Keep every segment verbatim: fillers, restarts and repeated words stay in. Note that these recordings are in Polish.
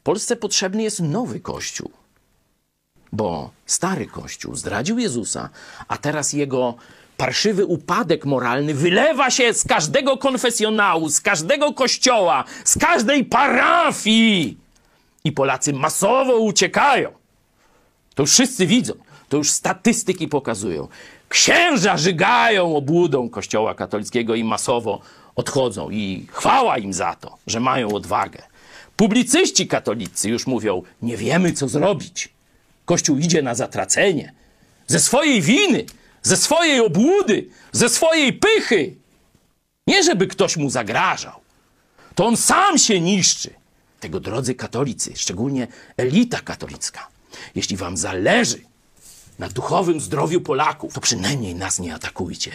Polsce potrzebny jest nowy Kościół. Bo stary Kościół zdradził Jezusa, a teraz jego parszywy upadek moralny wylewa się z każdego konfesjonału, z każdego kościoła, z każdej parafii. I Polacy masowo uciekają. To już wszyscy widzą. To już statystyki pokazują. Księża żygają obłudą Kościoła katolickiego i masowo odchodzą. I chwała im za to, że mają odwagę. Publicyści katolicy już mówią, nie wiemy co zrobić. Kościół idzie na zatracenie. Ze swojej winy, ze swojej obłudy, ze swojej pychy. Nie żeby ktoś mu zagrażał. To on sam się niszczy. Tego, drodzy katolicy, szczególnie elita katolicka, jeśli wam zależy na duchowym zdrowiu Polaków, to przynajmniej nas nie atakujcie.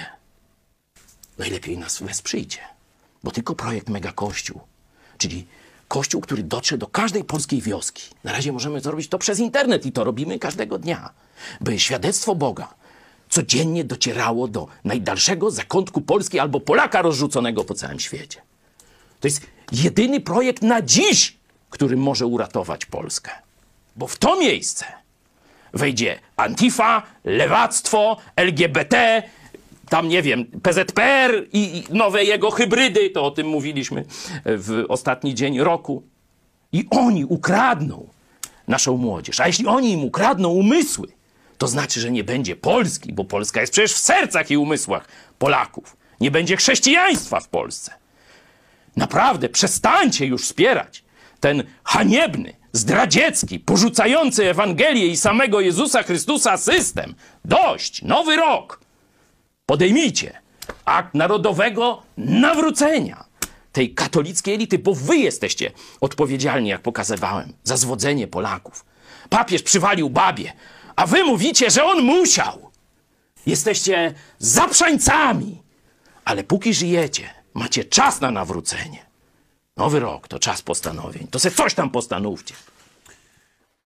Najlepiej nas wesprzyjcie. Bo tylko projekt Mega Kościół, czyli Kościół, który dotrze do każdej polskiej wioski. Na razie możemy zrobić to przez internet i to robimy każdego dnia. By świadectwo Boga codziennie docierało do najdalszego zakątku Polski albo Polaka rozrzuconego po całym świecie. To jest jedyny projekt na dziś, który może uratować Polskę. Bo w to miejsce wejdzie Antifa, lewactwo, L G B T, tam nie wiem, P Z P R i, i nowe jego hybrydy, to o tym mówiliśmy w ostatni dzień roku. I oni ukradną naszą młodzież. A jeśli oni im ukradną umysły, to znaczy, że nie będzie Polski, bo Polska jest przecież w sercach i umysłach Polaków. Nie będzie chrześcijaństwa w Polsce. Naprawdę, przestańcie już wspierać ten haniebny, zdradziecki, porzucający Ewangelię i samego Jezusa Chrystusa system. Dość! Nowy rok! Podejmijcie akt narodowego nawrócenia tej katolickiej elity, bo wy jesteście odpowiedzialni, jak pokazywałem, za zwodzenie Polaków. Papież przywalił babie, a wy mówicie, że on musiał. Jesteście zaprzańcami, ale póki żyjecie, macie czas na nawrócenie. Nowy rok to czas postanowień. To se coś tam postanówcie.